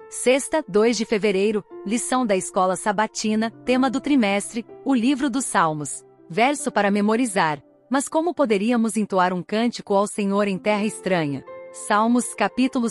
Sexta, 2 de fevereiro, lição da Escola Sabatina, tema do trimestre, o livro dos Salmos. Verso para memorizar. Mas como poderíamos entoar um cântico ao Senhor em terra estranha? Salmos capítulo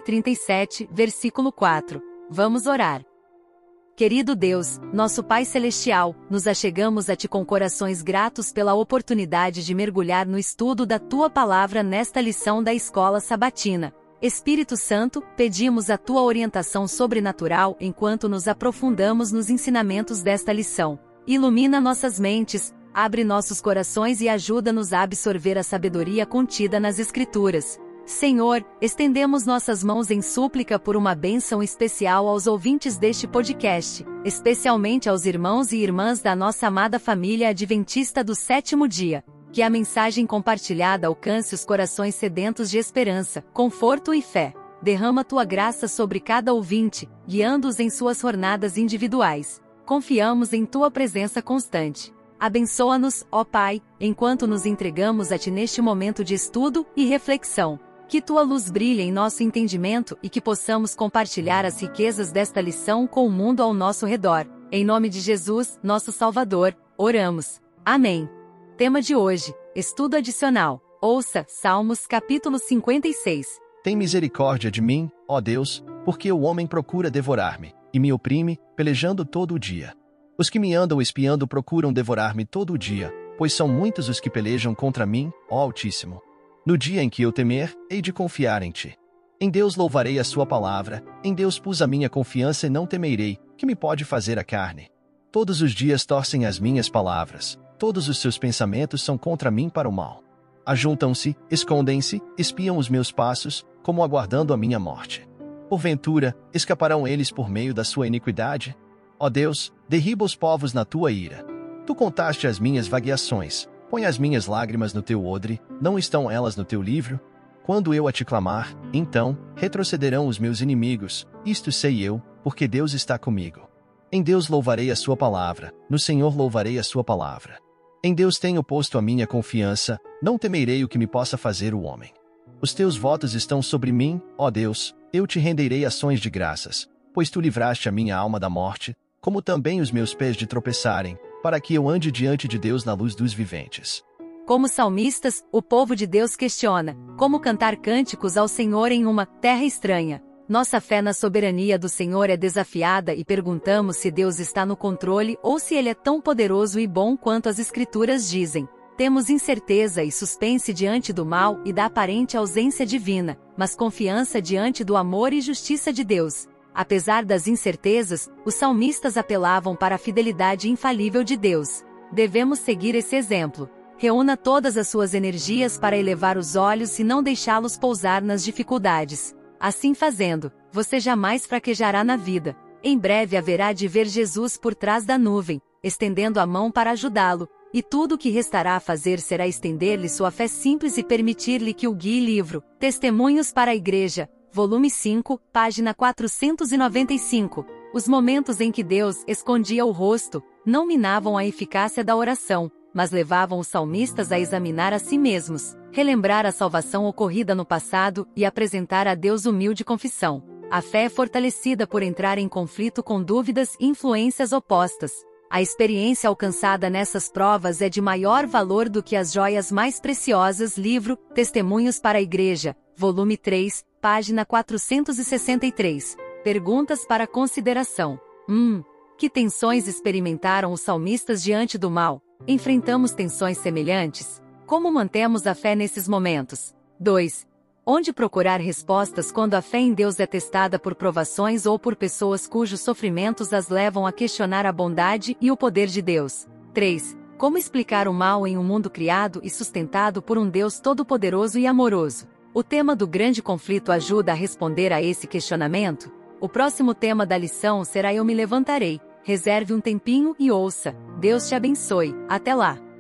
137, versículo 4. Vamos orar. Querido Deus, nosso Pai Celestial, nos achegamos a Ti com corações gratos pela oportunidade de mergulhar no estudo da Tua Palavra nesta lição da Escola Sabatina. Espírito Santo, pedimos a Tua orientação sobrenatural enquanto nos aprofundamos nos ensinamentos desta lição. Ilumina nossas mentes, abre nossos corações e ajuda-nos a absorver a sabedoria contida nas Escrituras. Senhor, estendemos nossas mãos em súplica por uma bênção especial aos ouvintes deste podcast, especialmente aos irmãos e irmãs da nossa amada família adventista do sétimo dia. Que a mensagem compartilhada alcance os corações sedentos de esperança, conforto e fé. Derrama Tua graça sobre cada ouvinte, guiando-os em suas jornadas individuais. Confiamos em Tua presença constante. Abençoa-nos, ó Pai, enquanto nos entregamos a Ti neste momento de estudo e reflexão. Que Tua luz brilhe em nosso entendimento e que possamos compartilhar as riquezas desta lição com o mundo ao nosso redor. Em nome de Jesus, nosso Salvador, oramos. Amém. Tema de hoje, estudo adicional. Ouça, Salmos capítulo 56. Tem misericórdia de mim, ó Deus, porque o homem procura devorar-me, e me oprime, pelejando todo o dia. Os que me andam espiando procuram devorar-me todo o dia, pois são muitos os que pelejam contra mim, ó Altíssimo. No dia em que eu temer, hei de confiar em Ti. Em Deus louvarei a Sua palavra, em Deus pus a minha confiança e não temerei, que me pode fazer a carne. Todos os dias torcem as minhas palavras, todos os seus pensamentos são contra mim para o mal. Ajuntam-se, escondem-se, espiam os meus passos, como aguardando a minha morte. Porventura, escaparão eles por meio da sua iniquidade? Ó Deus, derriba os povos na Tua ira. Tu contaste as minhas vagueações, põe as minhas lágrimas no Teu odre, não estão elas no Teu livro? Quando eu a Te clamar, então, retrocederão os meus inimigos, isto sei eu, porque Deus está comigo. Em Deus louvarei a Sua palavra, no Senhor louvarei a Sua palavra. Em Deus tenho posto a minha confiança, não temerei o que me possa fazer o homem. Os Teus votos estão sobre mim, ó Deus, eu Te renderei ações de graças, pois Tu livraste a minha alma da morte, como também os meus pés de tropeçarem, para que eu ande diante de Deus na luz dos viventes. Como salmistas, o povo de Deus questiona, como cantar cânticos ao Senhor em uma terra estranha. Nossa fé na soberania do Senhor é desafiada e perguntamos se Deus está no controle ou se Ele é tão poderoso e bom quanto as Escrituras dizem. Temos incerteza e suspense diante do mal e da aparente ausência divina, mas confiança diante do amor e justiça de Deus. Apesar das incertezas, os salmistas apelavam para a fidelidade infalível de Deus. Devemos seguir esse exemplo. Reúna todas as suas energias para elevar os olhos e não deixá-los pousar nas dificuldades. Assim fazendo, você jamais fraquejará na vida. Em breve haverá de ver Jesus por trás da nuvem, estendendo a mão para ajudá-lo, e tudo o que restará a fazer será estender-lhe sua fé simples e permitir-lhe que o guie. Livro Testemunhos para a Igreja, volume 5, página 495. Os momentos em que Deus escondia o rosto, não minavam a eficácia da oração, mas levavam os salmistas a examinar a si mesmos, relembrar a salvação ocorrida no passado e apresentar a Deus humilde confissão. A fé é fortalecida por entrar em conflito com dúvidas e influências opostas. A experiência alcançada nessas provas é de maior valor do que as joias mais preciosas. Livro Testemunhos para a Igreja, volume 3, página 463. Perguntas para consideração. Que tensões experimentaram os salmistas diante do mal? Enfrentamos tensões semelhantes? Como mantemos a fé nesses momentos? 2. Onde procurar respostas quando a fé em Deus é testada por provações ou por pessoas cujos sofrimentos as levam a questionar a bondade e o poder de Deus? 3. Como explicar o mal em um mundo criado e sustentado por um Deus todo-poderoso e amoroso? O tema do grande conflito ajuda a responder a esse questionamento? O próximo tema da lição será Eu Me Levantarei. Reserve um tempinho e ouça. Deus te abençoe. Até lá!